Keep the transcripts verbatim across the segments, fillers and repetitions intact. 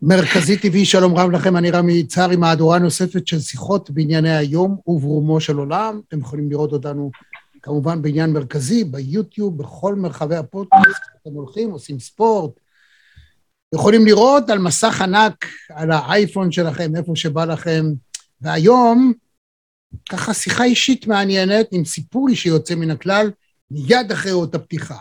מרכזי טבעי, שלום רב לכם, אני רמי יצהר עם מהדורה נוספת של שיחות בענייני היום וברומו של עולם. אתם יכולים לראות אותנו כמובן בעניין מרכזי, ביוטיוב, בכל מרחבי הפודקאסט, אתם הולכים, עושים ספורט. יכולים לראות על מסך ענק, על האייפון שלכם, איפה שבא לכם. והיום, ככה שיחה אישית מעניינת, עם סיפור אישי יוצא מן הכלל, מיד אחרי אות הפתיחה.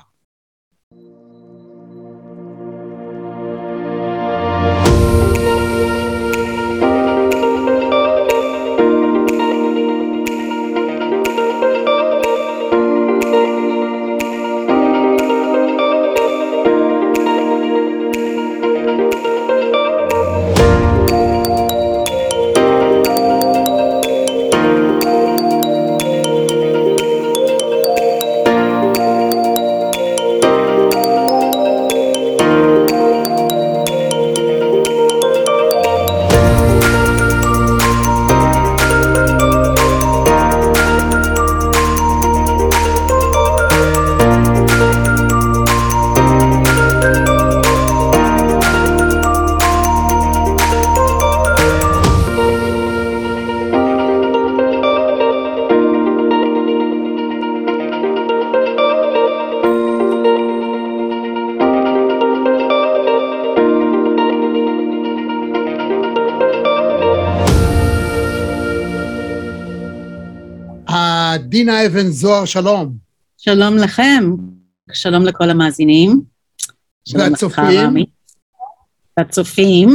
דינה אבן זוהר, שלום. שלום לכם, שלום לכל המאזינים. והצופים. והצופים.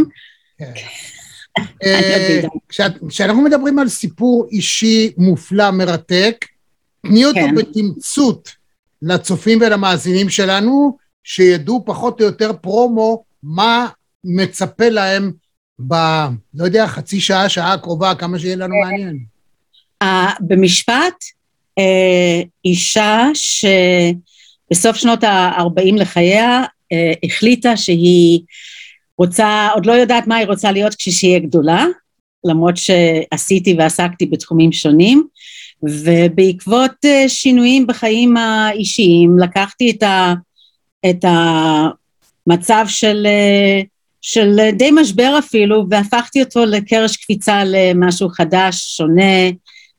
כשאנחנו מדברים על סיפור אישי מופלא מרתק, תני אותו בתמצות לצופים ולמאזינים שלנו, שידעו פחות או יותר פרומו מה מצפה להם ב, לא יודע, חצי שעה, שעה הקרובה, כמה שיהיה לנו מעניין. במשפט, אישה שבסוף שנות ה-ארבעים לחייה החליטה שהיא רוצה, עוד לא יודעת מה היא רוצה להיות כשהיא גדולה, למרות שעשיתי ועסקתי בתחומים שונים, ובעקבות שינויים בחיים האישיים לקחתי את ה, את המצב של של די משבר אפילו, והפכתי אותו לקרש קפיצה למשהו חדש, שונה,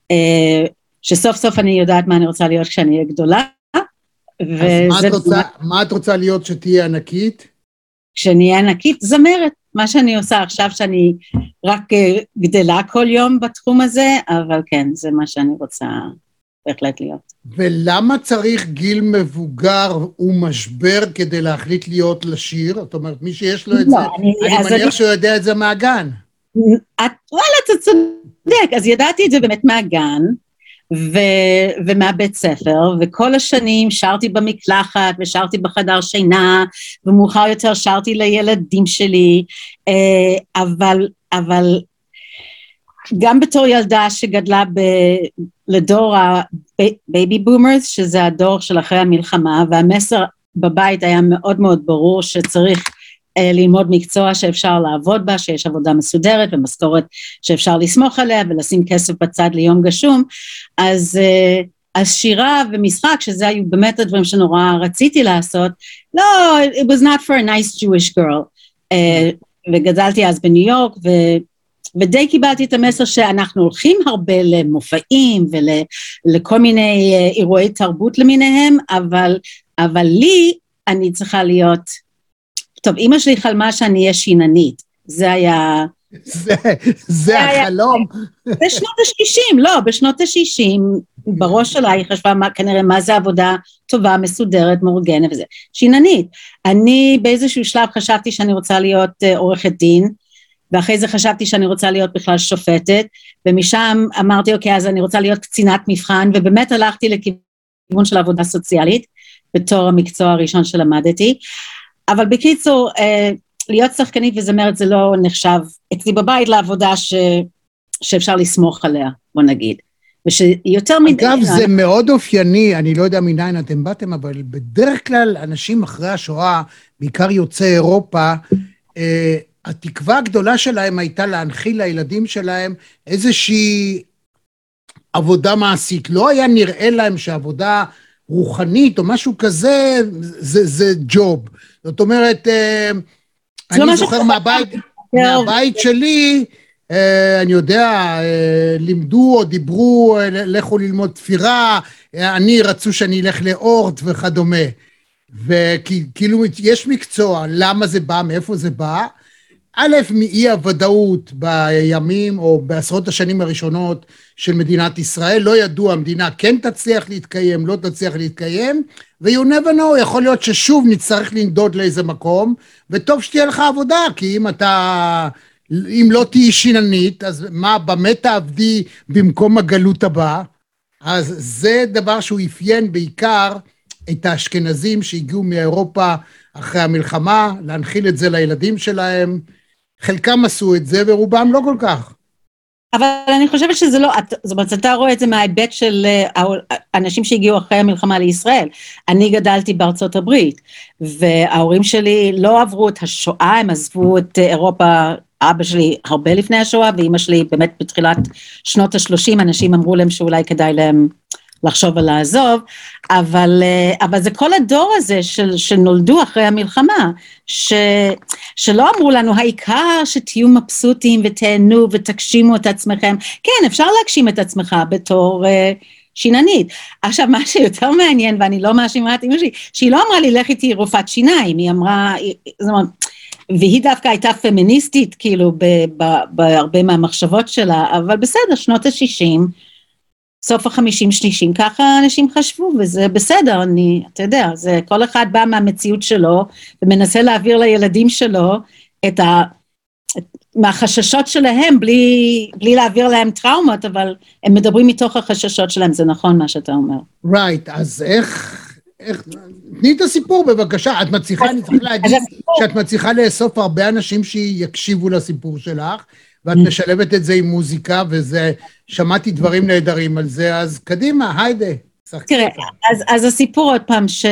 שסוף סוף אני יודעת מה אני רוצה להיות כשאני אהיה גדולה. אז מה את רוצה, מה את רוצה להיות שתהיה ענקית? כשאני אהיה ענקית, זמרת, מה שאני עושה עכשיו, שאני רק גדלה כל יום בתחום הזה, אבל כן, זה מה שאני רוצה בהחלט להיות. ולמה צריך גיל מבוגר ומשבר כדי להחליט להיות לשיר? זאת אומרת, מי שיש לו את לא, זה, אני, אני מניח אני... שהוא יודע את זה מהגן. את, וואלה, אתה צודק, אז ידעתי את זה באמת מהגן, ו, ומהבית ספר, וכל השנים שרתי במקלחת, ושרתי בחדר שינה, ומאוחר יותר שרתי לילדים שלי, אבל, אבל גם בתור ילדה שגדלה ב, לדור הבייבי בומרס, שזה הדור של אחרי המלחמה, והמסר בבית היה מאוד מאוד ברור שצריך ללמוד מקצוע שאפשר לעבוד בה, שיש עבודה מסודרת ומשכורת שאפשר לסמוך עליה ולשים כסף בצד ליום גשום, אז, אז שירה ומשחק, שזה היו באמת הדברים שנורא רציתי לעשות, לא, it was not for a nice Jewish girl, וגדלתי אז בניו יורק, ו, ודי קיבלתי את המסר שאנחנו הולכים הרבה למופעים ולכל מיני אירועי תרבות למיניהם, אבל, אבל לי אני צריכה להיות, טוב, אמא שלי חלמה שאני אהיה שיננית, זה היה... זה, זה החלום. בשנות ה-שישים, לא, בשנות ה-שישים, בראש שלה היא חשבה מה, כנראה מה זה עבודה טובה, מסודרת, מאורגנת וזה. שיננית. אני באיזשהו שלב חשבתי שאני רוצה להיות uh, עורכת דין, ואחרי זה חשבתי שאני רוצה להיות בכלל שופטת, ומשם אמרתי, אוקיי, אז אני רוצה להיות קצינת מבחן, ובאמת הלכתי לכיוון של עבודה סוציאלית, בתור המקצוע הראשון שלמדתי, אבל בקיצור, להיות שחקנית וזמרת זה לא נחשב אצלי בבית לעבודה ש... שאפשר לסמוך עליה, בוא נגיד. ושיותר מדי... אגב, זה מאוד אופייני, אני לא יודע מניין אתם באתם, אבל בדרך כלל אנשים אחרי השואה, בעיקר יוצאי אירופה, התקווה הגדולה שלהם הייתה להנחיל לילדים שלהם איזושהי עבודה מעשית. לא היה נראה להם שעבודה רוחנית או משהו כזה, זה, זה ג'וב. זאת אומרת, אני זוכר מהבית, מהבית שלי, אני יודע, לימדו או דיברו, לכו ללמוד תפירה, אני רצו שאני אלך לאורט וכדומה. וכאילו יש מקצוע, למה זה בא, מאיפה זה בא? א', מאי הוודאות בימים או בעשרות השנים הראשונות של מדינת ישראל, לא ידוע, המדינה כן תצליח להתקיים, לא תצליח להתקיים, ו-you never know, יכול להיות ששוב נצטרך לנדוד לאיזה מקום, וטוב שתהיה לך עבודה, כי אם אתה, אם לא תהי שיננית, אז מה, במה תעבדי במקום הגלות הבא? אז זה דבר שהוא אפיין בעיקר את האשכנזים שהגיעו מאירופה אחרי המלחמה, להנחיל את זה לילדים שלהם, חלקם עשו את זה ורובם לא כל כך. אבל אני חושבת שזה לא, זאת אומרת, אתה רואה את זה מההיבט של אנשים שהגיעו אחרי המלחמה לישראל. אני גדלתי בארצות הברית, וההורים שלי לא עברו את השואה, הם עזבו את אירופה, אבא שלי הרבה לפני השואה, ואמא שלי באמת בתחילת שנות השלושים, אנשים אמרו להם שאולי כדאי להם לחשוב על לעזוב, אבל, אבל זה כל הדור הזה של, שנולדו אחרי המלחמה, ש, שלא אמרו לנו, העיקר שתהיו מבסוטים ותהנו ותגשימו את עצמכם. כן, אפשר להגשים את עצמך בתור uh, שיננית. עכשיו, מה שיותר מעניין, ואני לא מאשימה את אמא שלי, שהיא לא אמרה לי, לך איתי רופאת שיניים, היא אמרה, זאת אומרת, והיא דווקא הייתה פמיניסטית, כאילו, בהרבה מהמחשבות שלה, אבל בסדר, שנות ה-שישים, סוף החמישים שלישים, ככה אנשים חשבו, וזה בסדר, אני, אתה יודע, זה כל אחד בא מהמציאות שלו, ומנסה להעביר לילדים שלו את ה... מהחששות שלהם, בלי, בלי להעביר להם טראומות, אבל הם מדברים מתוך החששות שלהם, זה נכון מה שאתה אומר. Right, אז איך, איך, תני את הסיפור בבקשה, את מצליחה, אני צריך להגיד, שאת מצליחה לאסוף הרבה אנשים שיקשיבו לסיפור שלך, ואת משלבת את זה עם מוזיקה, וזה, שמעתי דברים נהדרים על זה, אז קדימה, היידה. תראה, אז, אז הסיפור עוד פעם ש...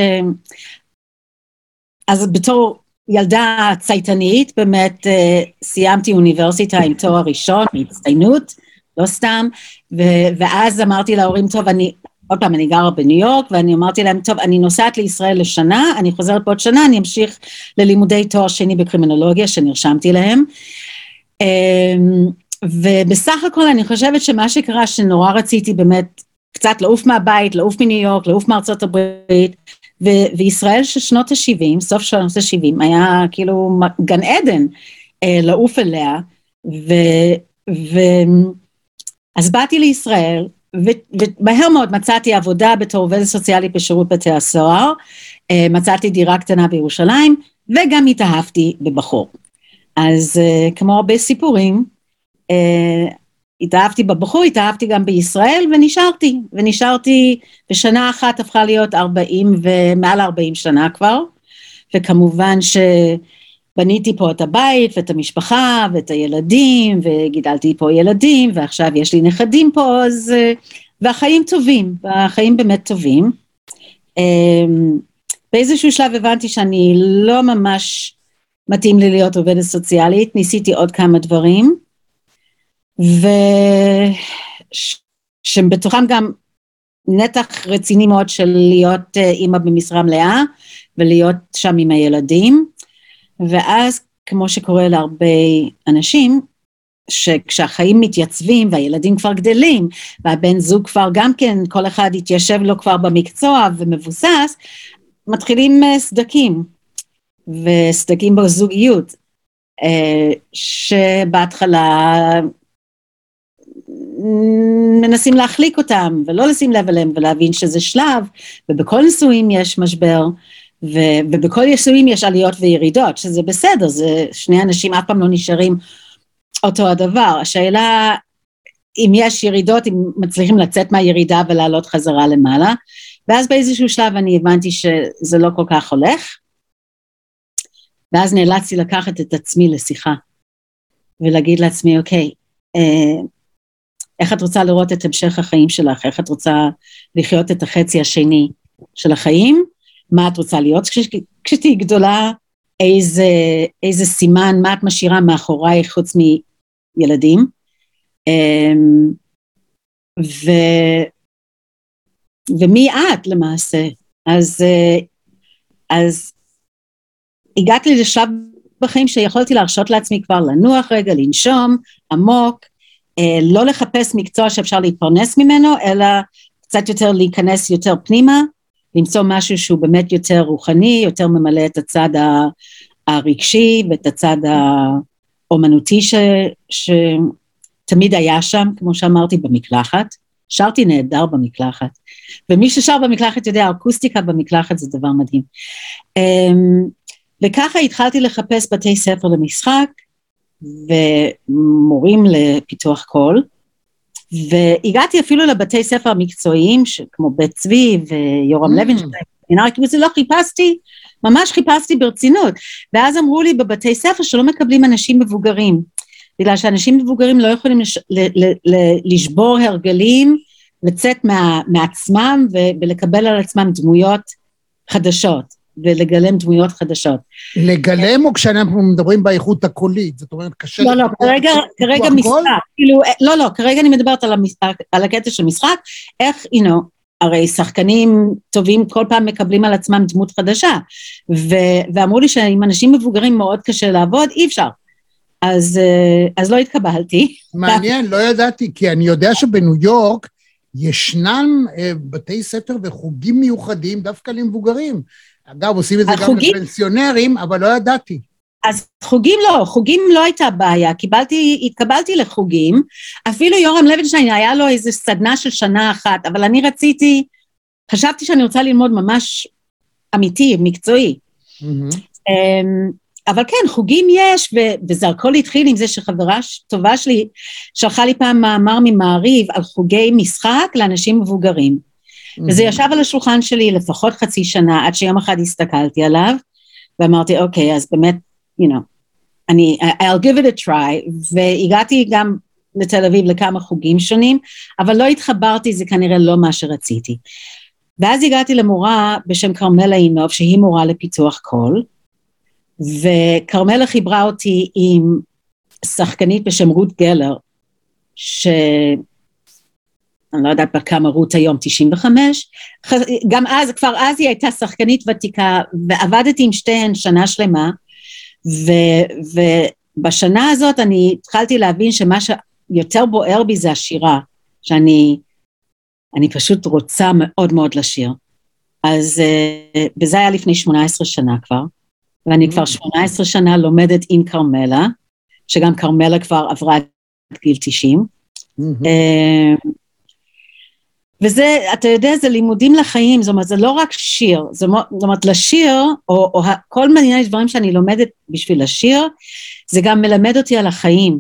אז בתור ילדה צייתנית, באמת סיימתי אוניברסיטה עם תואר ראשון, בהצטיינות, לא סתם, ו... ואז אמרתי להורים, טוב, אני, עוד פעם, אני גרה בניו יורק, ואני אמרתי להם, טוב, אני נוסעת לישראל לשנה, אני חוזרת פה עוד שנה, אני אמשיך ללימודי תואר שני בקרימינולוגיה, שנרשמתי להם, ובסך הכל אני חושבת שמה שקרה שנורא רציתי באמת קצת לעוף מהבית, לעוף מניו יורק, לעוף מארצות הברית, וישראל של שנות ה-שבעים, סוף שנות ה-שבעים, היה כאילו גן עדן לעוף אליה, אז באתי לישראל, ומהר מאוד מצאתי עבודה בתור עובדת סוציאלית בשירות בתי הסוהר, מצאתי דירה קטנה בירושלים, וגם התאהבתי בבחור. אז uh, כמו הרבה סיפורים, uh, התאהבתי בבחור, התאהבתי גם בישראל, ונשארתי, ונשארתי בשנה אחת הפכה להיות ארבעים ומעל ארבעים שנה כבר, וכמובן שבניתי פה את הבית ואת המשפחה ואת הילדים, וגידלתי פה ילדים, ועכשיו יש לי נכדים פה, אז, uh, והחיים טובים, והחיים באמת טובים. Uh, באיזשהו שלב הבנתי שאני לא ממש מתאים לי להיות עובדת סוציאלית, ניסיתי עוד כמה דברים, ושבתוכם גם נתח רציני מאוד של להיות אימא במשרה מלאה, ולהיות שם עם הילדים, ואז כמו שקורה להרבה אנשים, שכשהחיים מתייצבים והילדים כבר גדלים, והבן זוג כבר גם כן, כל אחד יתיישב לו כבר במקצוע ומבוסס, מתחילים סדקים, וסדקים בזוגיות, שבהתחלה מנסים להחליק אותם, ולא לשים לב אליהם, ולהבין שזה שלב, ובכל נישואים יש משבר, ובכל נישואים יש עליות וירידות, שזה בסדר, זה שני אנשים אף פעם לא נשארים אותו הדבר, השאלה אם יש ירידות, אם מצליחים לצאת מהירידה ולעלות חזרה למעלה, ואז באיזשהו שלב אני הבנתי שזה לא כל כך הולך, ואז נאלצתי לקחת את עצמי לשיחה, ולהגיד לעצמי, אוקיי, אה, איך את רוצה לראות את המשך החיים שלך, איך את רוצה לחיות את החצי השני של החיים, מה את רוצה להיות כש, כשתהי גדולה, איזה, איזה סימן, מה את משאירה מאחוריי חוץ מילדים, אה, ו, ומי את למעשה, אז, אה, אז, הגעתי לשלב בחיים שיכולתי להרשות לעצמי כבר לנוח רגע, לנשום עמוק, לא לחפש מקצוע שאפשר להתפרנס ממנו, אלא קצת יותר להיכנס יותר פנימה, למצוא משהו שהוא באמת יותר רוחני, יותר ממלא את הצד הרגשי ואת הצד האומנותי ש, שתמיד היה שם, כמו שאמרתי, במקלחת. שרתי נהדר במקלחת, ומי ששר במקלחת יודע, האקוסטיקה במקלחת זה דבר מדהים. וככה התחלתי לחפש בתי ספר למשחק, ומורים לפיתוח קול, והגעתי אפילו לבתי ספר המקצועיים, כמו בית צבי ויורם לוינשטיין, זה לא חיפשתי, ממש חיפשתי ברצינות, ואז אמרו לי בבתי ספר שלא מקבלים אנשים מבוגרים, בגלל שאנשים מבוגרים לא יכולים לש, ל, ל, ל, לשבור הרגלים, לצאת מה, מעצמם ו, ולקבל על עצמם דמויות חדשות, ולגלם דמויות חדשות. לגלם או כשאנחנו מדברים באיכות הקולית, זאת אומרת קשה... לא, לא, כרגע, כרגע משחק, כאילו, לא, לא, כרגע אני מדברת על, המשחק, על הקטע של משחק, איך, you know, הרי שחקנים טובים כל פעם מקבלים על עצמם דמות חדשה, ו, ואמרו לי שעם אנשים מבוגרים מאוד קשה לעבוד, אי אפשר. אז, אז לא התקבלתי. מעניין, לא ידעתי, כי אני יודע שבניו יורק ישנם בתי ספר וחוגים מיוחדים דווקא למבוגרים. אגב, עושים את זה גם לפנסיונרים, אבל לא ידעתי. אז חוגים לא, חוגים לא הייתה בעיה, קיבלתי, התקבלתי לחוגים, אפילו יורם לוינשטיין היה לו איזו סדנה של שנה אחת, אבל אני רציתי, חשבתי שאני רוצה ללמוד ממש אמיתי, מקצועי. אבל כן, חוגים יש, וזה הכל התחיל עם זה שחברה טובה שלי, שלחה לי פעם מאמר ממעריב על חוגי משחק לאנשים מבוגרים. וזה ישב על השולחן שלי לפחות חצי שנה, עד שיום אחד הסתכלתי עליו, ואמרתי, אוקיי, אז באמת, you know, אני, I'll give it a try, והגעתי גם לתל אביב לכמה חוגים שונים, אבל לא התחברתי, זה כנראה לא מה שרציתי. ואז הגעתי למורה בשם קרמלה אינוב, שהיא מורה לפיתוח קול, וקרמלה חיברה אותי עם שחקנית בשם רות גלר, ש... אני לא יודעת בכמה רות היום, תשעים וחמש, גם אז, כבר אז היא הייתה שחקנית ותיקה, ועבדתי עם שתיהן שנה שלמה, ו, ובשנה הזאת אני התחלתי להבין שמה שיותר בוער בי זה השירה, שאני אני פשוט רוצה מאוד מאוד לשיר. אז, וזה היה לפני שמונה עשרה שנה כבר, ואני כבר שמונה עשרה שנה לומדת עם קרמלה, שגם קרמלה כבר עברה את גיל תשעים, וזה, אתה יודע, זה לימודים לחיים, זאת אומרת, זה לא רק שיר, זאת אומרת, לשיר, או, או כל מיני דברים שאני לומדת בשביל לשיר, זה גם מלמד אותי על החיים.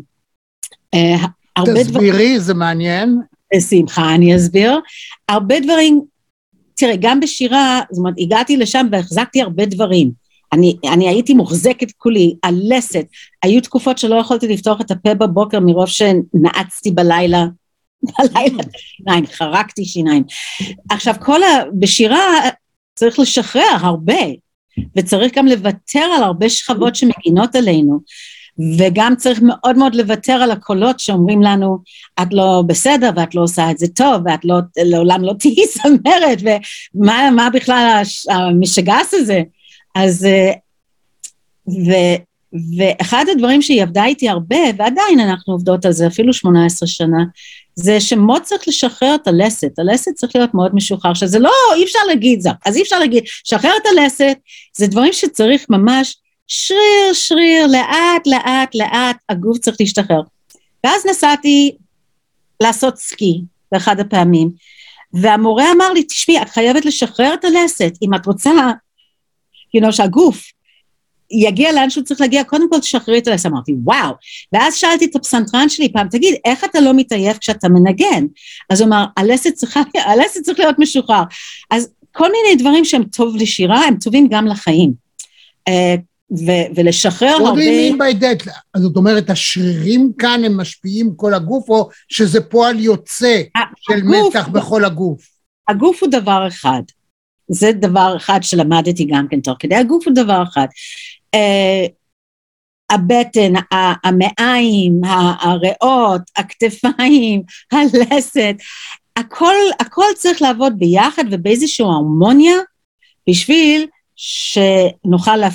תסבירי, דבר... זה מעניין. שמחה, אני אסביר. הרבה דברים, תראה, גם בשירה, זאת אומרת, הגעתי לשם והחזקתי הרבה דברים. אני, אני הייתי מוחזקת כולי, הלסת, היו תקופות שלא יכולתי לפתוח את הפה בבוקר, מרוב שנעצתי בלילה, בלילה שיניים, חרקתי שיניים. עכשיו, כל ה... בשירה צריך לשחרר הרבה, וצריך גם לוותר על הרבה שכבות שמגינות עלינו, וגם צריך מאוד מאוד לוותר על הקולות שאומרים לנו, את לא בסדר, ואת לא עושה את זה טוב, ואת לא, לעולם לא תהי זמרת, ומה מה בכלל המשגס הזה? אז, ו... ואחד הדברים שהיא עבדה איתי הרבה, ועדיין אנחנו עובדות על זה, אפילו שמונה עשרה שנה, זה שמאוד צריך לשחרר את הלסת, הלסת צריך להיות מאוד משוחרר, שזה לא, אי אפשר להגיד זה, אז אי אפשר להגיד, שחרר את הלסת, זה דברים שצריך ממש שריר, שריר, לאט, לאט, לאט, הגוף צריך להשתחרר. ואז נסעתי לעשות סקי, באחד הפעמים, והמורה אמר לי, תשמעי, את חייבת לשחרר את הלסת, אם את רוצה, you know, שהגוף, יגיע לאן שהוא צריך להגיע, קודם כל תשחררי את הלסת, אמרתי, וואו, ואז שאלתי את הפסנתרן שלי פעם, תגיד, איך אתה לא מתעייף כשאתה מנגן? אז הוא אמר, הלסת צריכה, הלסת צריך להיות משוחרר, אז כל מיני דברים שהם טוב לשירה, הם טובים גם לחיים, ו- ולשחרר הרבה... What do you mean by that? אז זאת אומרת, השרירים כאן הם משפיעים כל הגוף, או שזה פועל יוצא של מתח בכל הגוף? הגוף הוא דבר אחד, זה דבר אחד שלמדתי גם כן תוך כדי, הגוף הוא דבר אחד, Uh, הבטן, המעיים, הריאות, הכתפיים, הלסת, הכל, הכל צריך לעבוד ביחד ובאיזושהי הרמוניה, בשביל שנוכל להפיק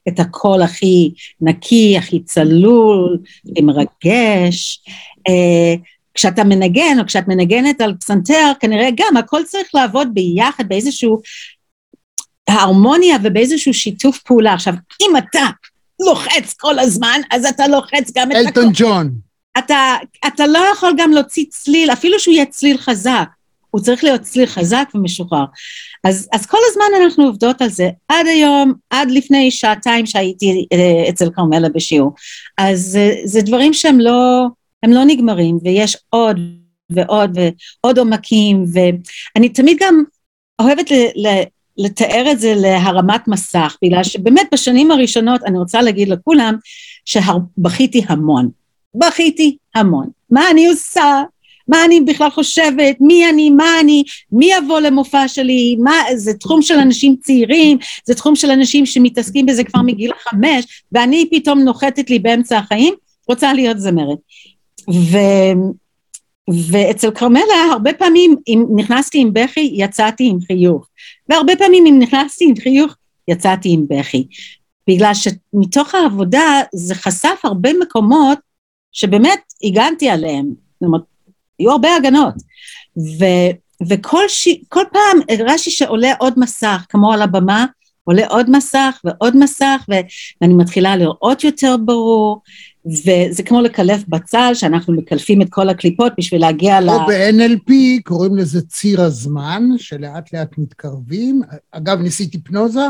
את הקול הכי נקי, הכי צלול, הכי מרגש. כשאתה מנגן, או כשאת מנגנת על פסנתר, כנראה גם הכל צריך לעבוד ביחד, באיזשהו ההרמוניה ובאיזשהו שיתוף פעולה. עכשיו, אם אתה לוחץ כל הזמן, אז אתה לוחץ גם את הקול. אלטון ג'ון. אתה, אתה לא יכול גם להוציא צליל, אפילו שהוא יהיה צליל חזק, הוא צריך להיות צליל חזק ומשוחרר. אז, אז כל הזמן אנחנו עובדות על זה, עד היום, עד לפני שעתיים שהייתי אצל כרמלה בשיעור. אז זה, זה דברים שהם לא, הם לא נגמרים, ויש עוד ועוד ועוד עומקים, ואני תמיד גם אוהבת ל, ל, לתאר את זה להרמת מסך, בגלל שבאמת בשנים הראשונות אני רוצה להגיד לכולם, שבכיתי המון, בכיתי המון, מה אני עושה, מה אני בכלל חושבת, מי אני, מה אני, מי יבוא למופע שלי, מה, זה תחום של אנשים צעירים, זה תחום של אנשים שמתעסקים בזה כבר מגיל חמש, ואני פתאום נוחתת לי באמצע החיים, רוצה להיות זמרת. ו... ואצל כרמלה הרבה פעמים אם נכנסתי עם בכי יצאתי עם חיוך, והרבה פעמים אם נכנסתי עם חיוך יצאתי עם בכי, בגלל שמתוך העבודה זה חשף הרבה מקומות שבאמת הגנתי עליהם, זאת אומרת, היו הרבה הגנות, ו, וכל ש... כל פעם הרגשתי שעולה עוד מסך, כמו על הבמה, עולה עוד מסך ועוד מסך, ואני מתחילה לראות יותר ברור, וזה כמו לקלף בצל, שאנחנו מקלפים את כל הקליפות בשביל להגיע ל... או ב-אן אל פי קוראים לזה ציר הזמן, שלאט לאט מתקרבים. אגב, ניסית היפנוזה?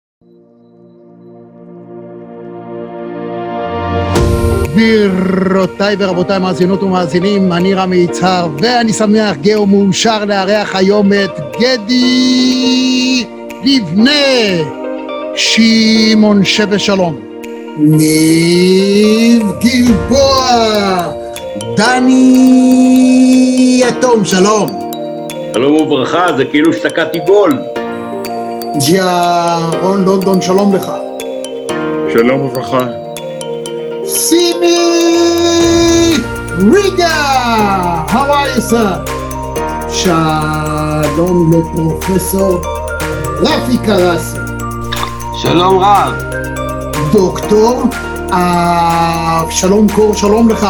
גבירותיי ורבותיי, מאזינות ומאזינים, אני רמי יצהר, ואני שמח גאה ומאושר לארח היום את גדי לבנה, שמעון שווה שלום, ניב גלבוע, דני יתום, שלום. שלום וברכה, זה כאילו שתקעתי גול. ג'ירון לונדון, שלום לך. שלום וברכה. סימי ריגה, how are you sir? שלום לפרופסור רפי קרסי. שלום רב. דוקטור שלום קור, שלום לך.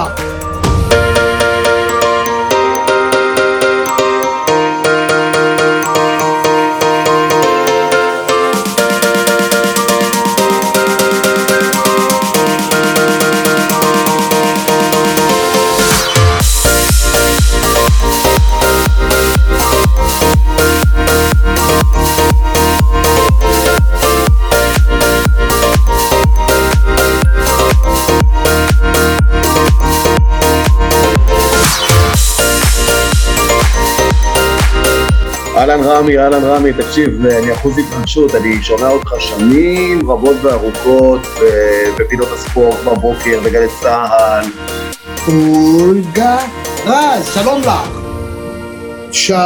אהלן רמי, אהלן רמי, תקשיב, אני אחוז התרגשות, אני שומע אותך שנים רבות וארוכות בפינות הספורט בבוקר, בגלי צהל. אולגה רז, שלום לך. שלום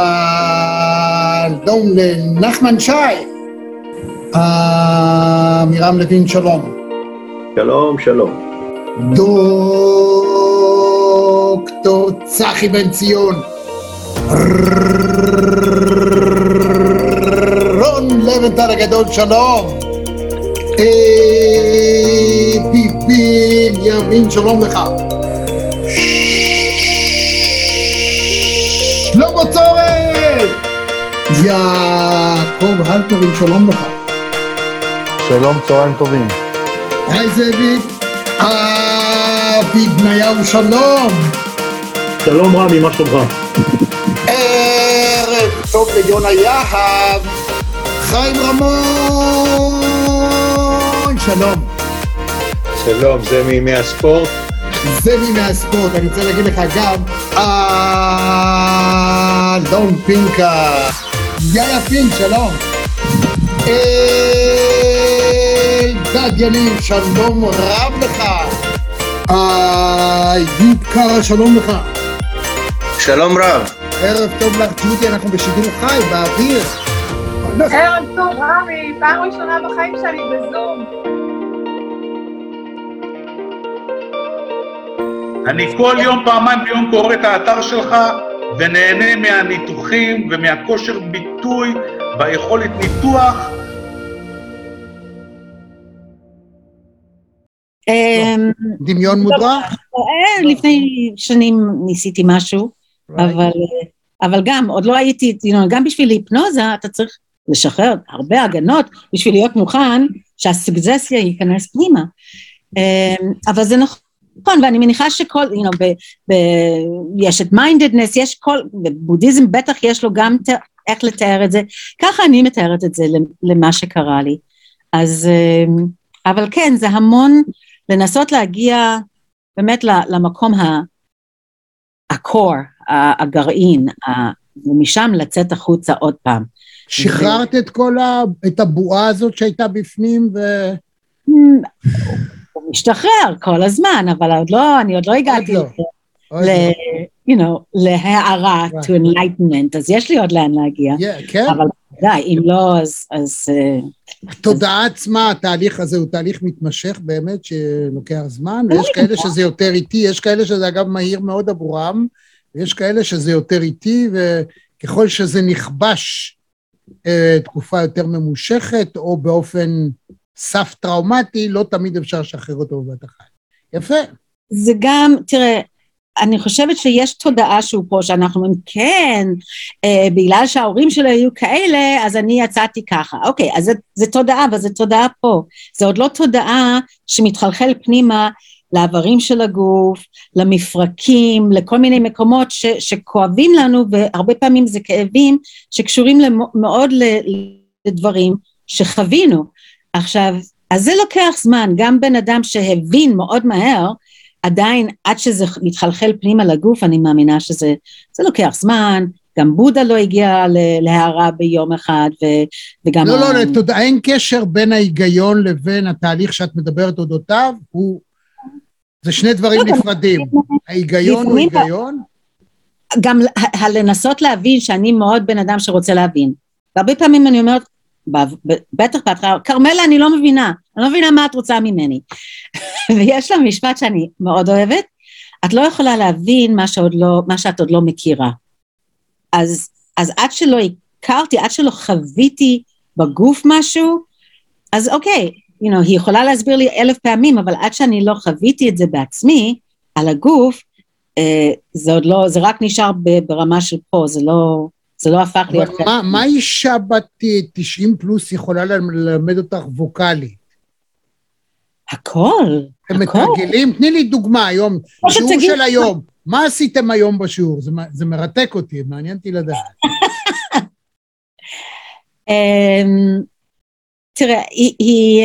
לנחמן שי. מירם לוין, שלום. שלום, שלום. דוקטור צחי בן ציון. רון לבנטל הגדול, שלום. ביבי ימין, שלום לך. שלמה צורף. יעקב הלפרין, שלום לך. שלום, צהריים טובים. היי זאביק. אבי בניהו, שלום. שלום רמי, מה שלומך? ערב טוב ליונה יהב. חיים רמון, שלום. שלום, זה מימי הספורט? זה מימי הספורט, אני רוצה להגיד לך גם אלון פינקה. יאיה פינק, שלום. אלדד יניב, שלום רב לך. איוב קרא, שלום לך. שלום רב. ערב טוב לך ג'ודי, אנחנו בשידור חי, באוויר. ערב טוב רמי, פעם ראשונה בחיים שלי בזום. אני כל יום פעמיים ביום קורא את האתר שלך ונהנה מהניתוחים ומהכושר ביטוי והיכולת ניתוח. דמיון מודרך? לפני שנים ניסיתי משהו, אבל, אבל גם, עוד לא הייתי, גם בשביל היפנוזה, אתה צריך לשחרר הרבה הגנות, בשביל להיות מוכן שהסוגזסיה ייכנס פנימה. אבל זה נכון, ואני מניחה שכל, you know, ב, ב, יש את מיינדדנס, יש כל, בבודהיזם בטח יש לו גם ת, איך לתאר את זה, ככה אני מתארת את זה למה שקרה לי. אז, אבל כן, זה המון לנסות להגיע באמת למקום הקור, הגרעין, ומשם לצאת החוצה עוד פעם. שחררת את כל ה... את הבועה הזאת שהייתה בפנים ו... הוא משתחרר כל הזמן, אבל עוד לא, אני עוד לא הגעתי ל... you know, להערה, to enlightenment, אז יש לי עוד לאן להגיע. כן. אבל די, אם לא, אז... התודעה עצמה, התהליך הזה הוא תהליך מתמשך באמת שלוקח זמן, ויש כאלה שזה יותר איטי, יש כאלה שזה אגב מהיר מאוד עבורם, ויש כאלה שזה יותר איטי, וככל שזה נכבש תקופה יותר ממושכת, או באופן סף טראומטי, לא תמיד אפשר לשחרר אותו בבת אחת. יפה. זה גם, תראה, אני חושבת שיש תודעה שהוא פה, שאנחנו אומרים, כן, אה, בגלל שההורים שלו היו כאלה, אז אני יצאתי ככה. אוקיי, אז זה, זה תודעה, אבל זה תודעה פה. זה עוד לא תודעה שמתחלחל פנימה לעברים של הגוף, למפרקים, לכל מיני מקומות ש, שכואבים לנו, והרבה פעמים זה כאבים שקשורים מאוד לדברים שחווינו. עכשיו, אז זה לוקח זמן, גם בן אדם שהבין מאוד מהר, עדיין עד שזה מתחלחל פנימה לגוף, אני מאמינה שזה זה לוקח זמן, גם בודה לא הגיע להערה ביום אחד, ו, וגם... לא, לא, תודה, אין קשר בין ההיגיון לבין התהליך שאת מדברת אודותיו, הוא... זה שני דברים נפרדים, ההיגיון הוא היגיון. גם לנסות להבין שאני מאוד בן אדם שרוצה להבין, והרבה פעמים אני אומרת, בטח בהתחלה, קרמלה אני לא מבינה, אני לא מבינה מה את רוצה ממני, ויש לה משפט שאני מאוד אוהבת, את לא יכולה להבין מה שעוד לא, מה שאת עוד לא מכירה, אז, אז עד שלא הכרתי, עד שלא חוויתי בגוף משהו, אז אוקיי, you know, היא יכולה להסביר לי אלף פעמים, אבל עד שאני לא חוויתי את זה בעצמי, על הגוף, אה, זה עוד לא, זה רק נשאר ברמה של פה, זה לא, זה לא הפך להיות... אבל מה, מה אישה בת תשעים פלוס יכולה ללמד אותך ווקאלית? הכל, הם הכל. מתרגלים, תני לי דוגמה היום, שיעור של היום, מה עשיתם היום בשיעור? זה, זה מרתק אותי, מעניין אותי לדעת. תראה, היא, היא,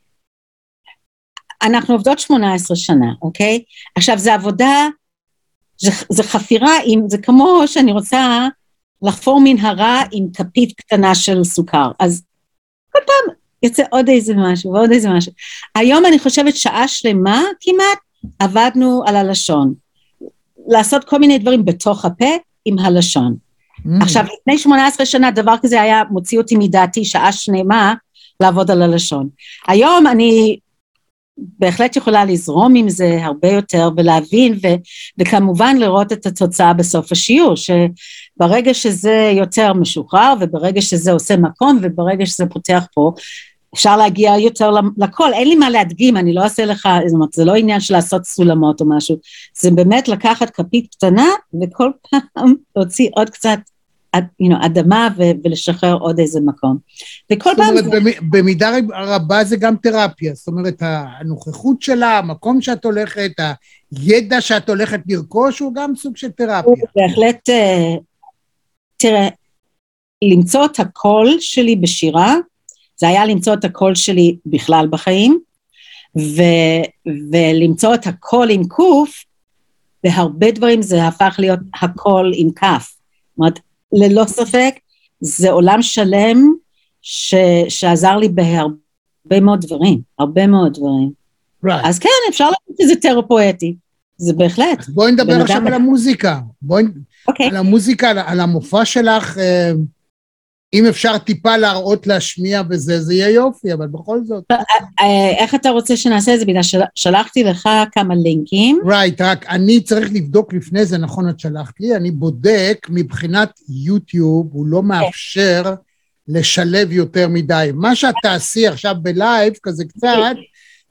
אנחנו עובדות שמונה עשרה שנה, אוקיי? עכשיו, זה עבודה, זה, זה חפירה, עם, זה כמו שאני רוצה לחפור מנהרה עם כפית קטנה של סוכר, אז כל פעם יוצא עוד איזה משהו ועוד איזה משהו. היום אני חושבת שעה שלמה כמעט, עבדנו על הלשון, לעשות כל מיני דברים בתוך הפה עם הלשון. Mm. עכשיו, לפני שמונה עשרה שנה, דבר כזה היה מוציא אותי מדעתי, שעה שלמה, לעבוד על הלשון. היום אני בהחלט יכולה לזרום עם זה הרבה יותר ולהבין, ו, וכמובן לראות את התוצאה בסוף השיעור, שברגע שזה יותר משוחרר, וברגע שזה עושה מקום, וברגע שזה פותח פה, אפשר להגיע יותר לכל, אין לי מה להדגים, אני לא אעשה לך, זאת אומרת, זה לא עניין של לעשות סולמות או משהו, זה באמת לקחת כפית קטנה, וכל פעם להוציא עוד קצת, you know, אדמה ולשחרר עוד איזה מקום. וכל פעם זה... במידה רבה זה גם תרפיה, זאת אומרת, הנוכחות שלה, המקום שאת הולכת, הידע שאת הולכת לרכוש, הוא גם סוג של תרפיה. בהחלט, תראה, למצוא את הקול שלי בשירה, זה היה למצוא את הקול שלי בכלל בחיים, ולמצוא את הקול עם קוף, בהרבה דברים זה הפך להיות הקול עם כף. זאת אומרת, ללא ספק, זה עולם שלם ש, שעזר לי בהרבה מאוד דברים, הרבה מאוד דברים. Right. אז כן, אפשר להגיד שזה תרפואטי, זה בהחלט. אז בואי נדבר עכשיו על המוזיקה, בואי, okay. על המוזיקה, על, על המופע שלך, אם אפשר טיפה להראות להשמיע וזה, זה יהיה יופי, אבל בכל זאת. איך אתה רוצה שנעשה את זה? בגלל שלחתי לך כמה לינקים. Right, רק אני צריך לבדוק לפני זה, נכון את שלחת לי, אני בודק מבחינת יוטיוב, הוא לא מאפשר לשלב יותר מדי. מה שאת תעשי עכשיו בלייב, כזה קצת,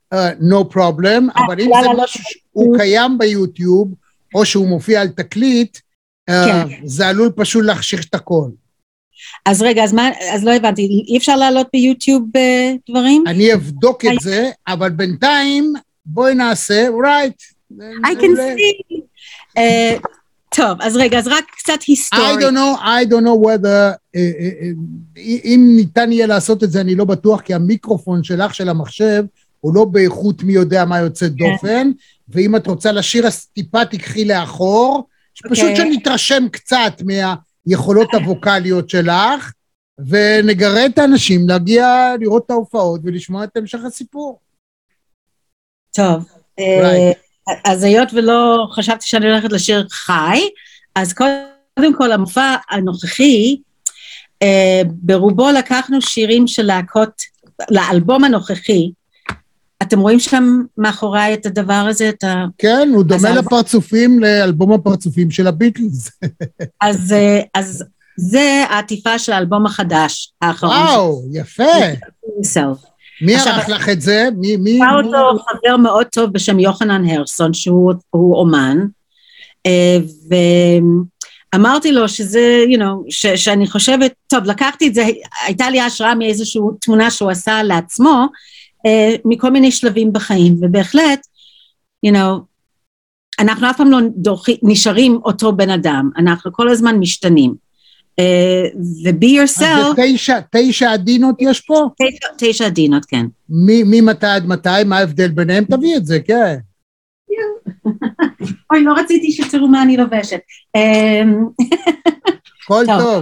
no problem, אבל אם זה משהו שהוא קיים ביוטיוב, או שהוא מופיע על תקליט, זה עלול פשוט להכשיר את הכל. אז רגע, אז, מה, אז לא הבנתי, אי אפשר לעלות ביוטיוב דברים? אני אבדוק את זה, אבל בינתיים בואי נעשה, right. I can see. Uh, טוב, אז רגע, אז רק קצת היסטוריה. I don't know, I don't know whether, uh, uh, אם ניתן יהיה לעשות את זה, אני לא בטוח, כי המיקרופון שלך, של המחשב, הוא לא באיכות מי יודע מה יוצא דופן, ואם את רוצה לשיר, אז טיפה תקחי לאחור, פשוט שנתרשם קצת מהיכולות הווקליות שלך, ונגרה את האנשים להגיע לראות את ההופעות ולשמוע את המשך הסיפור. טוב, אז היות ולא חשבתי שאני הולכת לשיר חי, אז קודם כל המופע הנוכחי, ברובו לקחנו שירים של להקות, לאלבום הנוכחי, אתם רואים שם מאחוריי את הדבר הזה? את ה... כן, הוא דומה לפרצופים, לאלבום הפרצופים של הביטלס. אז, אז זה העטיפה של האלבום החדש, האחרון. וואו, יפה. מי ערך לך את זה? מי, מי? היה אותו חבר מאוד טוב בשם יוחנן הרסון, שהוא אומן, ואמרתי לו שזה, you know, ש, שאני חושבת, טוב, לקחתי את זה, הייתה לי השראה מאיזושהי תמונה שהוא עשה לעצמו, Uh, מכל מיני שלבים בחיים, ובהחלט, you know, אנחנו אף פעם לא דורכים, נשארים אותו בן אדם, אנחנו כל הזמן משתנים, uh, ו-be yourself... אז זה תשע, תשע עדינות יש פה? תשע, תשע עדינות, כן. מי מתי עד מתי, מה ההבדל ביניהם? תביא את זה, כן. אוי, לא רציתי שתראו מה אני לובשת. כל טוב.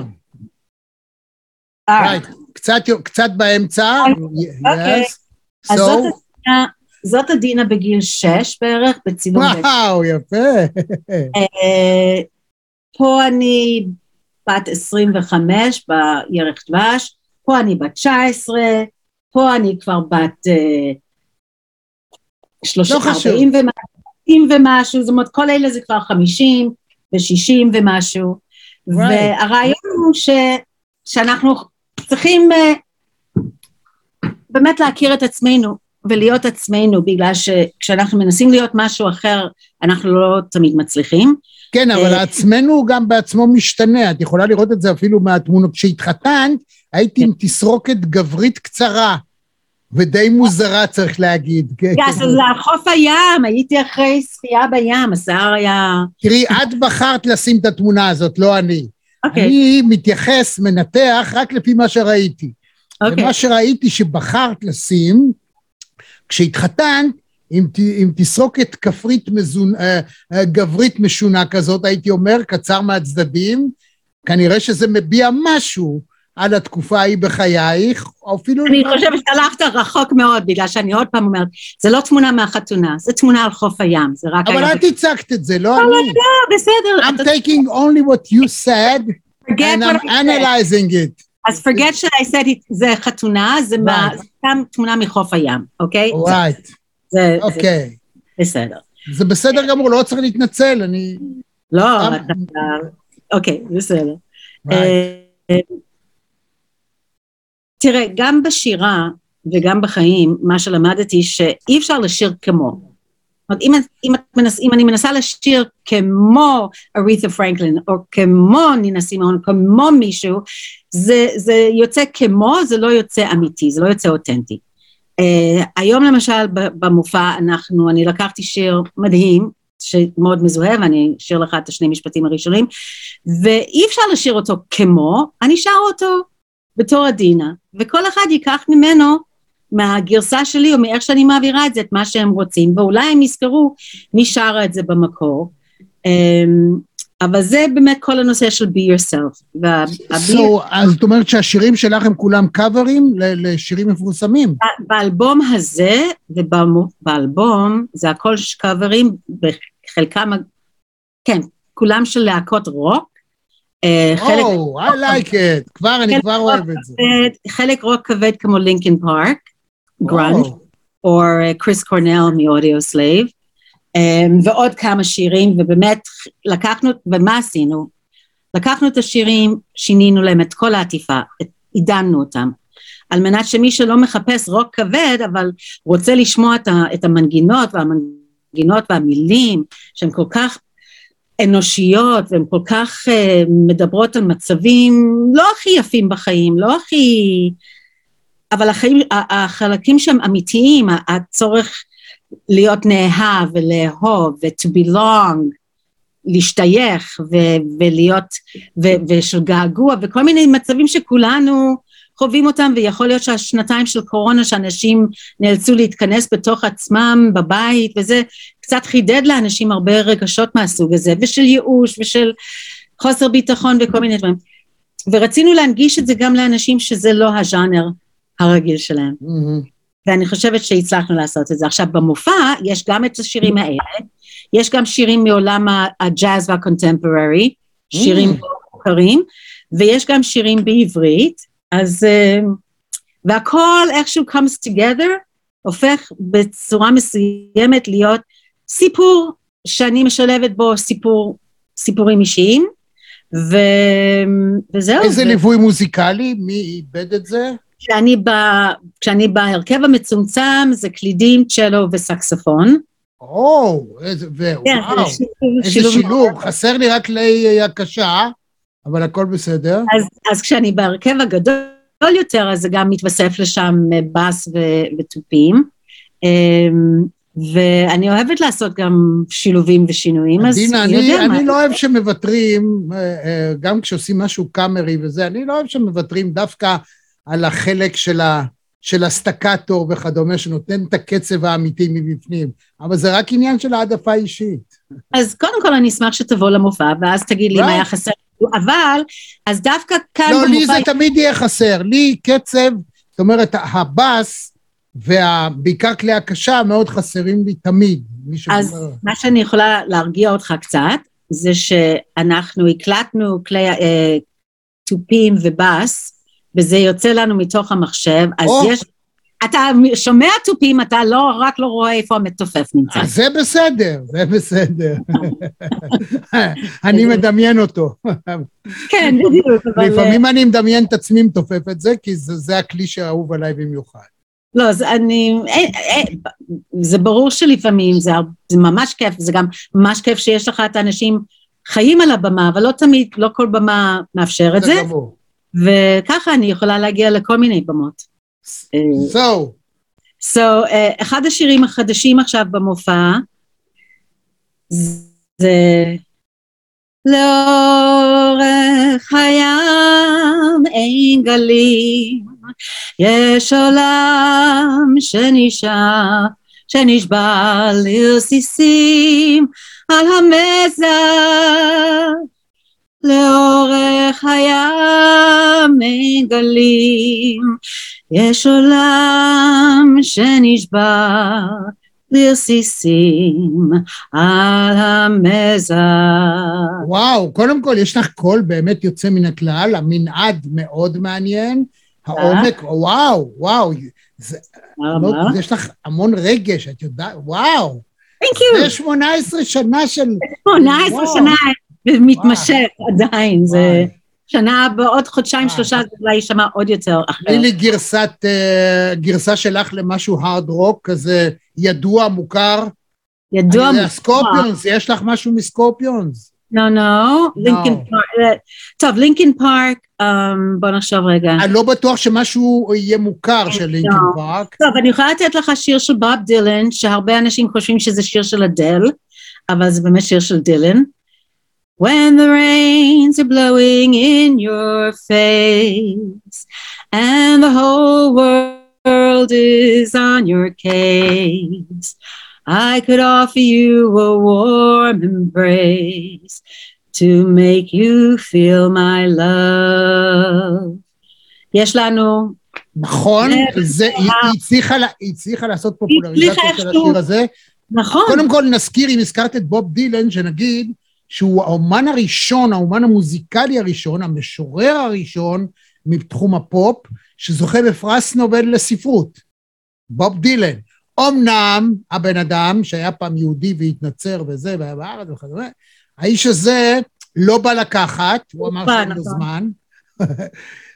קצת באמצע, yes. אז זאת, הדינה, זאת הדינה בגיל שש בערך, בצילום. וואו, יפה. uh, פה אני בת עשרים וחמש בירח דבש, פה אני בת תשע עשרה, פה אני כבר בת uh, שלושים, ארבעים ומשהו, ומשהו, זאת אומרת, כל אלה זה כבר חמישים ושישים ומשהו, right. והרעיון הוא ש, שאנחנו צריכים... Uh, באמת להכיר את עצמנו ולהיות עצמנו, בגלל שכשאנחנו מנסים להיות משהו אחר, אנחנו לא תמיד מצליחים. כן, אבל עצמנו גם בעצמו משתנה, את יכולה לראות את זה אפילו מהתמונות. כשהתחתנת, הייתי עם תסרוקת גברית קצרה, ודי מוזרה צריך להגיד. אז זה חוף הים, הייתי אחרי שחייה בים, השיער היה... תראי, את בחרת לשים את התמונה הזאת, לא אני. אני מתייחס, מנתח, רק לפי מה שראיתי. Okay. ומה שראיתי שבחרת לשים, כשהתחתנת, עם, עם תסרוקת כפרית מזון, אה, אה, גברית משונה כזאת, הייתי אומר, קצר מהצדדים, כנראה שזה מביע משהו על התקופה ההיא בחייך, או אפילו... אני חושבת שהלכת רחוק מאוד, בגלל שאני עוד פעם אומרת, זה לא תמונה מהחתונה, זה תמונה על חוף הים, זה רק... אבל את הצגת את זה, לא אני. לא, לא, בסדר. I'm taking only what you said, and I'm analyzing it. אז forget that I said it, זה חתונה, זה גם תמונה מחוף הים, אוקיי? right. זה, אוקיי. זה בסדר. זה בסדר גמור, לא צריך להתנצל, אני... לא, אוקיי, בסדר. תראה, גם בשירה וגם בחיים, מה שלמדתי שאי אפשר לשיר כמו. אם, אם, מנס, אם אני מנסה לשיר כמו אריתה פרנקלין, או כמו נינה סימון, כמו מישהו, זה, זה יוצא כמו, זה לא יוצא אמיתי, זה לא יוצא אותנטי. Uh, היום למשל במופע אנחנו, אני לקחתי שיר מדהים, שמאוד מזוהה, ואני אשיר לך את השני משפטים הראשונים, ואי אפשר לשיר אותו כמו, אני שר אותו בתור עדינה, וכל אחד ייקח ממנו, מהגרסה שלי, או מאיך שאני מעבירה את זה, את מה שהם רוצים, ואולי הם יזכרו מי שרה את זה במקור, אבל זה באמת כל הנושא של be yourself. So, אז זאת אומרת שהשירים שלך הם כולם קאברים לשירים מפורסמים? באלבום הזה, ובאלבום, זה הכל קאברים, בחלקם, כן, כולם של להקות רוק, Oh, I like it, כבר, אני כבר אוהב את זה. חלק רוק כבד כמו לינקין פארק, גראנג', או קריס קורנל מאודיו סלייב, ועוד כמה שירים, ובאמת לקחנו, ומה עשינו? לקחנו את השירים, שינינו להם את כל העטיפה, עידנו אותם. על מנת שמי שלא מחפש רוק כבד, אבל רוצה לשמוע את המנגינות והמנגינות והמילים, שהן כל כך אנושיות, והן כל כך uh, מדברות על מצבים לא הכי יפים בחיים, לא הכי, אבל החיים, החלקים שהם אמיתיים, הצורך להיות נאהב ולאהוב, ו-to belong, להשתייך ו- ולהיות, ו- ושל געגוע, וכל מיני מצבים שכולנו חווים אותם, ויכול להיות שהשנתיים של קורונה, שאנשים נאלצו להתכנס בתוך עצמם בבית, וזה קצת חידד לאנשים הרבה רגשות מהסוג הזה, ושל ייאוש, ושל חוסר ביטחון, וכל מיני דברים. ורצינו להנגיש את זה גם לאנשים שזה לא הז'אנר הרגיל שלהם. Mm-hmm. ואני חושבת שהצלחנו לעשות את זה. עכשיו, במופע יש גם את השירים האלה, יש גם שירים מעולם הג'אז והקונטמפוררי, שירים מוכרים, ויש גם שירים בעברית, אז, והכל איכשהו comes together, הופך בצורה מסוימת להיות סיפור, שאני משלבת בו סיפור, סיפורים אישיים, ו... וזהו. איזה ו... ליווי מוזיקלי? מי איבד את זה? כשאני, ב... כשאני בהרכב המצומצם, זה קלידים, צ'לו וסקספון, או, איזה, וואו, איזה שילוב, חסר לי רק לי הקשה, אבל הכל בסדר. אז, אז כשאני בהרכב הגדול יותר, אז זה גם מתווסף לשם בס וטופים, ואני אוהבת לעשות גם שילובים ושינויים, אז דינה, אני, אני לא אוהב שמוותרים, גם כשעושים משהו קאמרי וזה, אני לא אוהב שמוותרים דווקא על החלק של ה... של הסטקטור וכדומה, שנותן את הקצב האמיתי מבפנים, אבל זה רק עניין של העדפה אישית. אז קודם כל אני אשמח שתבוא למופע, ואז תגיד לי מה היה חסר, אבל, אז דווקא כאן במופע... לא, לי זה תמיד יהיה חסר, לי קצב, זאת אומרת, הבאס, ובעיקר כלי הקשה, מאוד חסרים לי תמיד. אז מה שאני יכולה להרגיע אותך קצת, זה שאנחנו הקלטנו כלי טופים ובאס, וזה יוצא לנו מתוך המחשב, אז oh. יש, אתה שומע טופים, אתה לא, רק לא רואה איפה המתופף נמצא. אז זה בסדר, זה בסדר. אני מדמיין אותו. כן, בדיוק. לפעמים אני מדמיין את עצמי מתופף את זה, כי זה, זה הכלי שאהוב עליי במיוחד. לא, זה, אני, זה ברור שלפעמים, זה, זה ממש כיף, זה גם ממש כיף שיש לך את האנשים חיים על הבמה, אבל לא תמיד, לא כל במה מאפשר את זה. זה גמור. וככה אני יכולה להגיע לכל מיני במות. So. So, uh, אחד השירים החדשים עכשיו במופע, זה לאורך הים אין גלים, יש עולם שנשאר, שנשבע לרסיסים על המזח, לאורך הים אין גלים, יש עולם שנשבע לרסיסים על המזח. וואו, קודם כל יש לך קול באמת יוצא מן הכלל, המנעד מאוד מעניין, העומק, וואו, וואו, זה, לא, יש לך המון רגש, את יודעת, וואו. Thank you. זה שמונה עשרה שנה של... שמונה עשרה שנה. ומתמשך עדיין, זה שנה בעוד חודשיים שלושה, זה אולי יישמע עוד יותר אחר. תני לי גרסת, גרסה שלך למשהו הארד רוק, כזה ידוע, מוכר. ידוע, מוכר. סקורפיונס, יש לך משהו מסקורפיונס? לא, לא, לינקין פארק, טוב, לינקין פארק, בוא נחשוב רגע. אני לא בטוח שמשהו יהיה מוכר של לינקין פארק. טוב, אני יכולה לתת לך שיר של בוב דילן, שהרבה אנשים חושבים שזה שיר של אדל, אבל זה באמת שיר של דילן. When the rains are blowing in your face and the whole world is on your case, I could offer you a warm embrace to make you feel my love. יש לנו... נכון, היא הצליחה לעשות פופולריזציה של השיר הזה. נכון. קודם כל נזכיר, אם הזכרת את בוב דילן, שנגיד, שהוא האומן הראשון, האומן המוזיקלי הראשון, המשורר הראשון מתחום הפופ, שזוכה בפרס נובל לספרות. בוב דילן. אמנם הבן אדם, שהיה פעם יהודי והתנצר וזה, והיה בארץ וכדומה, האיש הזה לא בא לקחת, הוא אמר שאין לו זמן,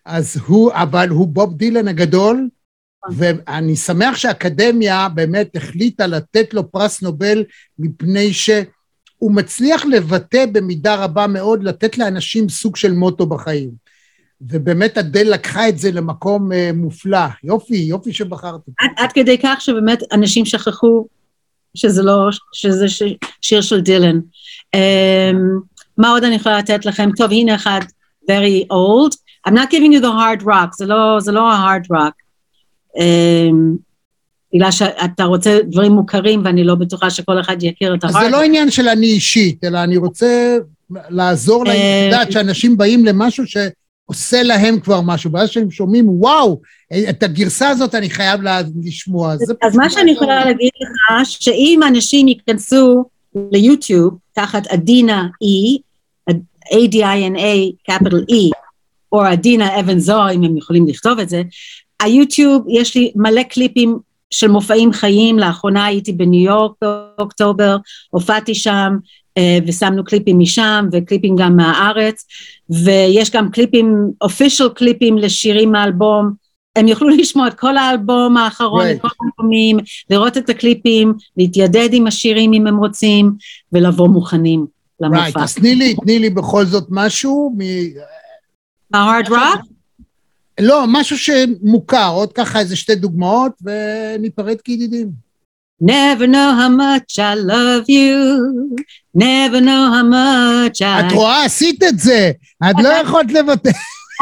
אז הוא, אבל הוא בוב דילן הגדול, ואני שמח שהאקדמיה באמת החליטה לתת לו פרס נובל, מפני שהוא מצליח לבטא במידה רבה מאוד, לתת לאנשים סוג של מוטו בחיים. ובאמת אדל לקחה את זה למקום מופלא. יופי, יופי שבחרתי. עד, עד כדי כך שבאמת אנשים שכחו שזה לא, שזה ש, שיר של דילן. Um, מה עוד אני יכולה לתת לכם? טוב, הנה אחד, very old. I'm not giving you the hard rock, זה לא, זה לא ה-hard rock. Um, בגלל שאתה רוצה דברים מוכרים, ואני לא בטוחה שכל אחד יכיר את ה-hard rock. אז זה לא עניין של אני אישית, אלא אני רוצה לעזור להם, לדעת שאנשים באים למשהו שעושה להם כבר משהו, ואז שהם שומעים, וואו, את הגרסה הזאת אני חייב לשמוע. אז מה שאני יכולה להגיד לך, שאם אנשים ייכנסו ליוטיוב, תחת אדינה E, A-D-I-N-A, capital E, או אדינה אבן זוהר, אם הם יכולים לכתוב את זה, היוטיוב, יש לי מלא קליפים של מופעים חיים, לאחרונה הייתי בניו יורק באוקטובר, הופעתי שם, ושמנו קליפים משם, וקליפים גם מהארץ, ויש גם קליפים, official קליפים לשירים מהאלבום, הם יוכלו לשמוע את כל האלבום האחרון, right. את כל האלבומים, לראות את הקליפים, להתיידד עם השירים אם הם רוצים, ולבוא מוכנים למופע. Right, אז תני לי, תני לי בכל זאת משהו, מ... ה-hard rock? לא, משהו שמוכר, עוד ככה איזה שתי דוגמאות, וניפרד כידידים. Never know how much I love you, never know how much I... את רואה, עשית את זה, את לא יכולת לבטא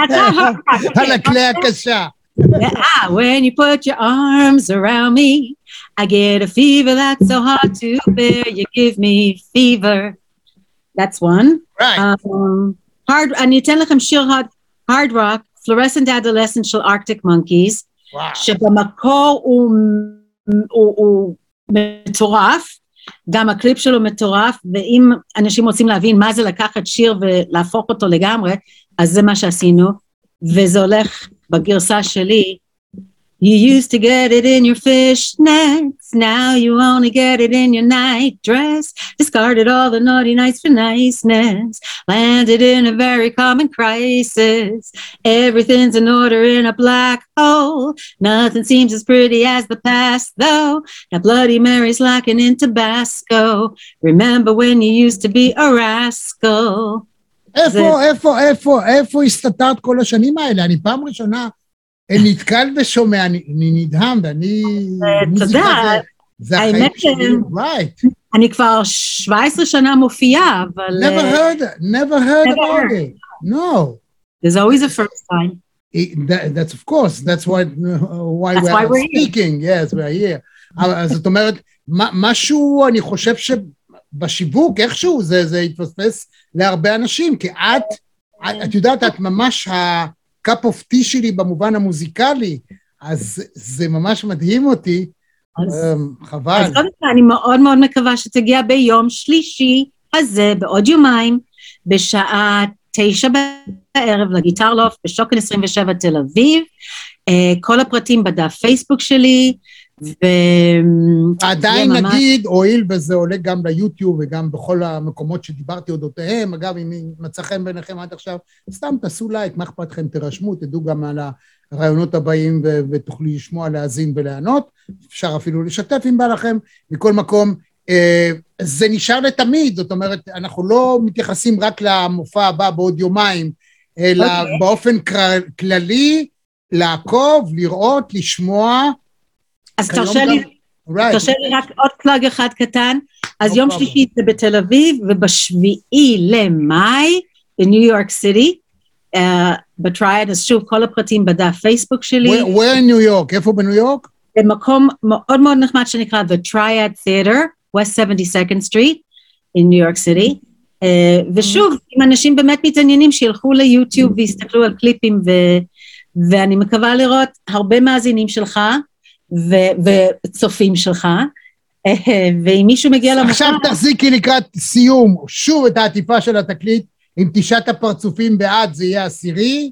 על הכלי הקשה. Yeah, when you put your arms around me, I get a fever that's so hard to bear, you give me fever. That's one. Right. Um, hard, אני אתן לכם שיר hard, hard rock, Fluorescent Adolescent של Arctic Monkeys, wow. שבמקור הוא, הוא, הוא מטורף, גם הקליפ שלו מטורף, ואם אנשים רוצים להבין מה זה לקחת שיר ולהפוך אותו לגמרי, אז זה מה שעשינו, וזה הולך בגרסה שלי, You used to get it in your fishnets, now you only get it in your night dress, discarded all the naughty nights for niceness, landed in a very common crisis, everything's in order in a black hole, nothing seems as pretty as the past though, now Bloody Mary's lacking in Tabasco, remember when you used to be a rascal. איפה, איפה, איפה, איפה הסתתרת כל השנים האלה? אני פעם ראשונה נתקל ושומע, אני נדהם, ואני... תודה, האמת אני כבר שבע עשרה שנה מופיעה, אבל... Never heard, never heard about it. No. There's always a first time. That's of course, that's why we're speaking, yes, we're here. אז זאת אומרת, משהו, אני חושב שבשיווק, איכשהו, זה יתפספס להרבה אנשים, כי את, את יודעת, את ממש הקאפ אוף טי שלי במובן המוזיקלי, אז זה ממש מדהים אותי, חבל. אז קודם כל, אני מאוד מאוד מקווה שתגיע ביום שלישי הזה, בעוד יומיים, בשעה תשע בערב, לגיטר לוף, בשוקן עשרים ושבע תל אביב, כל הפרטים בדף פייסבוק שלי, ו... עדיין נגיד, הואיל וזה עולה גם ליוטיוב וגם בכל המקומות שדיברתי אודותיהם, אגב, אם מצא חן ביניכם עד עכשיו, סתם תעשו לייק, מה אכפת לכם, תרשמו, תדעו גם על הרעיונות הבאים ו- ותוכלו לשמוע, להאזין ולענות, אפשר אפילו לשתף אם בא לכם, מכל מקום, אה, זה נשאר לתמיד, זאת אומרת, אנחנו לא מתייחסים רק למופע הבא בעוד יומיים, אלא okay. באופן כללי, לעקוב, לראות, לשמוע, אז תרשה לי, תרשה לי רק עוד פלאג אחד קטן, אז יום שלישי זה בתל אביב, ובשביעי למאי, בניו יורק סיטי, בטרייד, אז שוב, כל הפרטים בדף פייסבוק שלי. Where in New York? איפה בניו יורק? במקום מאוד מאוד נחמד שנקרא The Triad Theater, West seventy-second Street, in New York City, ושוב, אם אנשים באמת מתעניינים, שילכו ליוטיוב ויסתכלו על קליפים, ואני מקווה לראות הרבה מאזינים שלך, וצופים שלך, ואם מישהו מגיע למחר... עכשיו תחזיקי לקראת סיום, שוב את העטיפה של התקליט, עם תשעת הפרצופים בעד זה יהיה עשירי,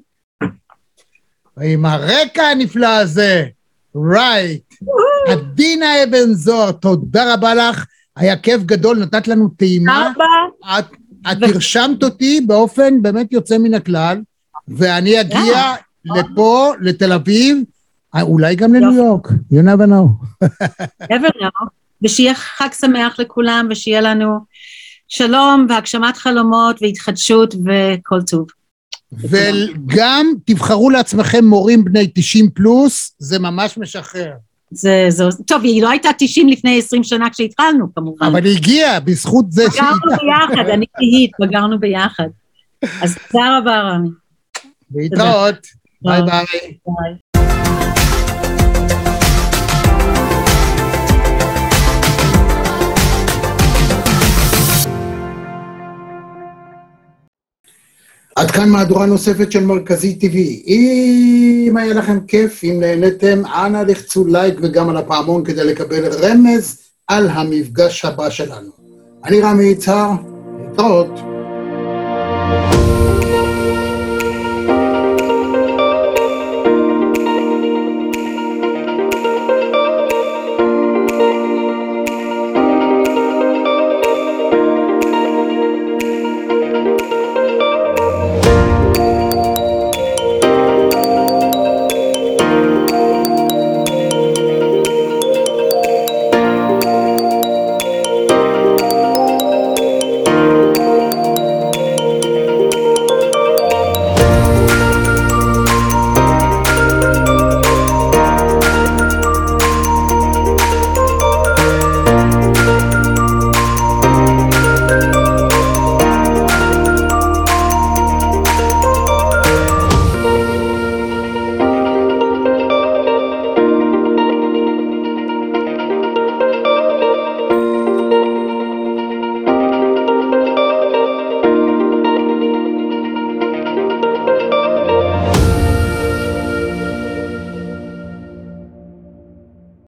ועם הרקע הנפלא הזה, right, עדינה אבן זוהר, תודה רבה לך, היה כיף גדול, נתת לנו טעימה, את הרשמת אותי באופן באמת יוצא מן הכלל, ואני אגיע לפה, לתל אביב, אולי גם לניו יורק, you never know. never know, ושיהיה חג שמח לכולם, ושיהיה לנו שלום והגשמת חלומות והתחדשות וכל טוב. וגם תבחרו לעצמכם מורים בני תשעים פלוס, זה ממש משחרר. זה, זה, טוב, היא לא הייתה תשעים לפני עשרים שנה כשהתחלנו, כמובן. אבל היא הגיעה, בזכות זה שהיא... בגרנו ביחד, אני תהית, בגרנו ביחד. אז תודה רבה, רמי. להתראות. ביי ביי. ביי. עד כאן מהדורה נוספת של מרכזי טבעי. אם היה לכם כיף, אם נהנתם, אנא לחצו לייק וגם על הפעמון כדי לקבל רמז על המפגש הבא שלנו. אני רמי יצהר, להתראות.